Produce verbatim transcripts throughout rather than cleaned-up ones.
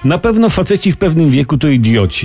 Na pewno faceci w pewnym wieku to idioci.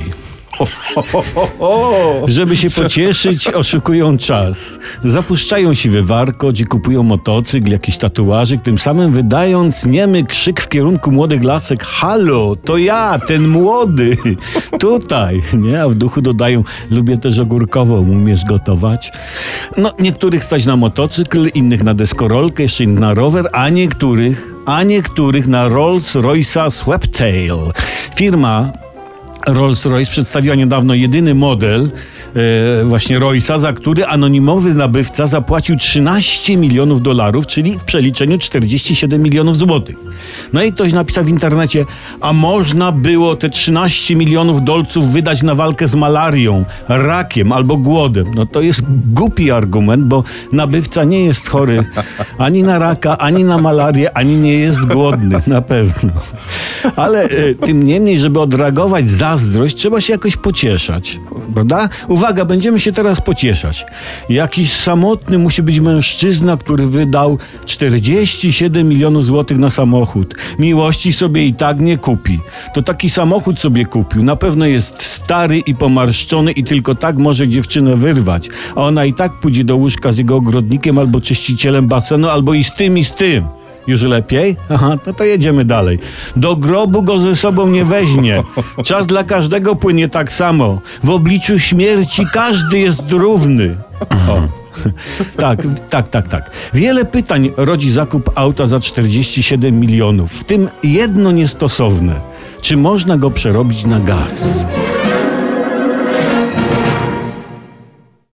Żeby się pocieszyć, oszukują czas. Zapuszczają siwy warkocz i kupują motocykl, jakiś tatuażyk, tym samym wydając niemy krzyk w kierunku młodych lasek: halo, to ja, ten młody, tutaj, nie? A w duchu dodają: lubię też ogórkową, umiesz gotować? No, niektórych stać na motocykl, innych na deskorolkę, jeszcze innych na rower, a niektórych, a niektórych na Rolls-Royce'a Sweptail. Firma Rolls-Royce przedstawiła niedawno jedyny model e, właśnie Royce'a, za który anonimowy nabywca zapłacił trzynaście milionów dolarów, czyli w przeliczeniu czterdzieści siedem milionów złotych. No i ktoś napisał w internecie: a można było te trzynaście milionów dolców wydać na walkę z malarią, rakiem albo głodem. No to jest głupi argument, bo nabywca nie jest chory ani na raka, ani na malarię, ani nie jest głodny, na pewno. Ale e, tym niemniej, żeby odreagować zazdrość, trzeba się jakoś pocieszać, prawda? Uwaga, będziemy się teraz pocieszać. Jakiś samotny musi być mężczyzna, który wydał czterdzieści siedem milionów złotych na samochód. Miłości sobie i tak nie kupi. To taki samochód sobie kupił. Na pewno jest stary i pomarszczony i tylko tak może dziewczynę wyrwać. A ona i tak pójdzie do łóżka z jego ogrodnikiem albo czyścicielem basenu, albo i z tym, i z tym. Już lepiej? Aha, no to jedziemy dalej. Do grobu go ze sobą nie weźmie. Czas dla każdego płynie tak samo. W obliczu śmierci każdy jest równy. O. Tak, tak, tak, tak. Wiele pytań rodzi zakup auta za czterdzieści siedem milionów, w tym jedno niestosowne. Czy można go przerobić na gaz?